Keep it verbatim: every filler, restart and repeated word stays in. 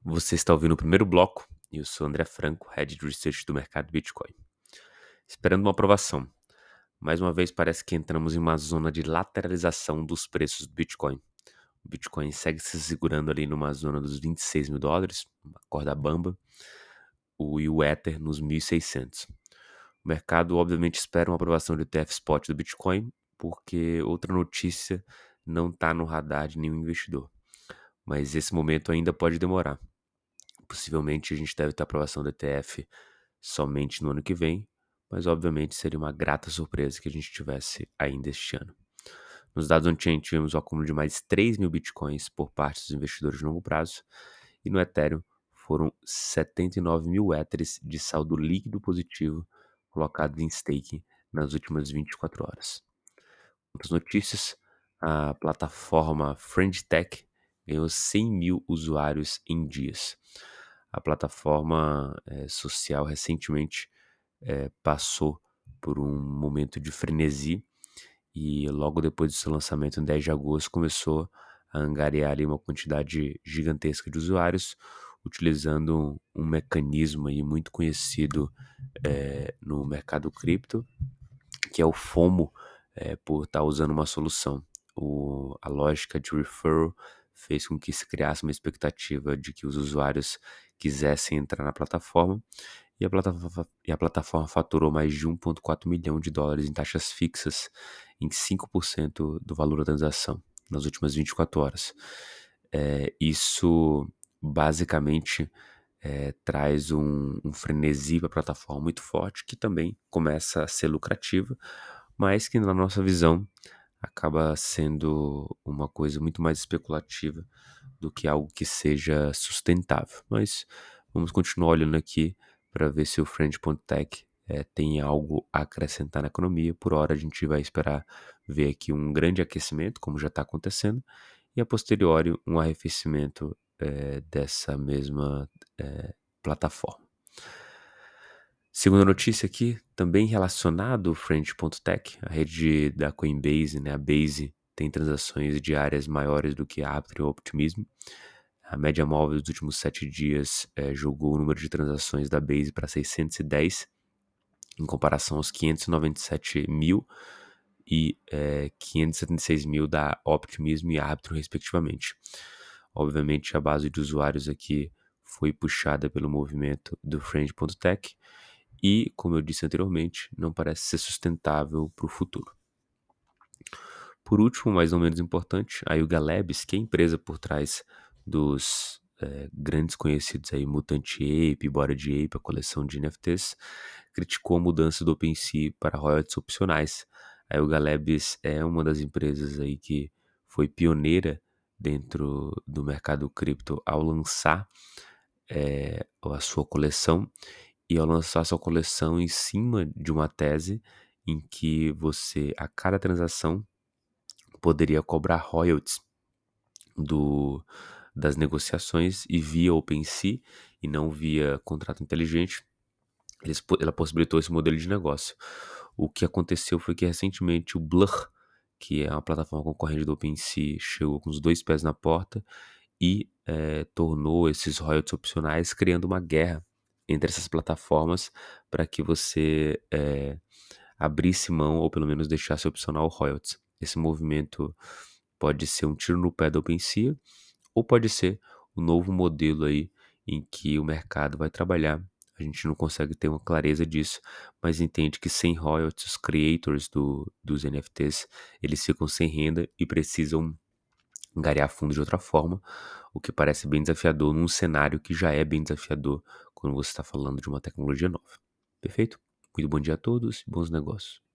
Você está ouvindo o primeiro bloco e eu sou André Franco, Head de Research do mercado Bitcoin. Esperando uma aprovação. Mais uma vez parece que entramos em uma zona de lateralização dos preços do Bitcoin. O Bitcoin segue se segurando ali numa zona dos vinte e seis mil dólares, uma corda bamba, o, e o Ether nos mil e seiscentos. O mercado obviamente espera uma aprovação do E T F Spot do Bitcoin, porque outra notícia não está no radar de nenhum investidor. Mas esse momento ainda pode demorar. Possivelmente a gente deve ter aprovação do E T F somente no ano que vem, mas obviamente seria uma grata surpresa que a gente tivesse ainda este ano. Nos dados on-chain tivemos o acúmulo de mais três mil bitcoins por parte dos investidores de longo prazo, e no Ethereum foram setenta e nove mil Ethers de saldo líquido positivo colocados em staking nas últimas vinte e quatro horas. Outras notícias, a plataforma FriendTech ganhou cem mil usuários em dias. A plataforma é, social recentemente é, passou por um momento de frenesi e logo depois do seu lançamento em dez de agosto começou a angariar ali uma quantidade gigantesca de usuários utilizando um, um mecanismo aí muito conhecido é, no mercado cripto, que é o FOMO, é, por estar usando uma solução. O, a lógica de referral fez com que se criasse uma expectativa de que os usuários quisessem entrar na plataforma e a plataforma, e a plataforma faturou mais de um vírgula quatro milhão de dólares em taxas fixas em cinco por cento do valor da transação nas últimas vinte e quatro horas. É, isso basicamente é, traz um, um frenesi para a plataforma muito forte, que também começa a ser lucrativa, mas que na nossa visão acaba sendo uma coisa muito mais especulativa do que algo que seja sustentável. Mas vamos continuar olhando aqui para ver se o Friend.tech é, tem algo a acrescentar na economia. Por hora a gente vai esperar ver aqui um grande aquecimento, como já está acontecendo, e a posteriori um arrefecimento é, dessa mesma é, plataforma. Segunda notícia aqui, também relacionado ao Friend.tech, a rede da Coinbase, né, a Base, tem transações diárias maiores do que a Aptre e o Optimism. A média móvel dos últimos sete dias é, jogou o número de transações da Base para seiscentos e dez, em comparação aos quinhentos e noventa e sete mil e é, quinhentos e setenta e seis mil da Optimism e Arbitrum, respectivamente. Obviamente, a base de usuários aqui foi puxada pelo movimento do Friend.tech e, como eu disse anteriormente, não parece ser sustentável para o futuro. Por último, mas não menos importante, a Yuga Labs, que é a empresa por trás dos é, grandes conhecidos aí, Mutant Ape, Bored Ape, a coleção de N F Ts, criticou a mudança do OpenSea para royalties opcionais. A Yuga Labs é uma das empresas aí que foi pioneira dentro do mercado cripto ao lançar é, a sua coleção, e ao lançar sua coleção em cima de uma tese em que você, a cada transação, poderia cobrar royalties do, das negociações e via OpenSea e não via contrato inteligente. Eles, ela possibilitou esse modelo de negócio. O que aconteceu foi que recentemente o Blur, que é uma plataforma concorrente do OpenSea, chegou com os dois pés na porta e é, tornou esses royalties opcionais, criando uma guerra entre essas plataformas para que você é, abrisse mão ou pelo menos deixasse opcional o royalties. Esse movimento pode ser um tiro no pé da OpenSea ou pode ser um novo modelo aí em que o mercado vai trabalhar. A gente não consegue ter uma clareza disso, mas entende que sem royalties, os creators do, dos N F Ts, eles ficam sem renda e precisam angariar fundos de outra forma, o que parece bem desafiador num cenário que já é bem desafiador quando você está falando de uma tecnologia nova. Perfeito? Muito bom dia a todos e bons negócios.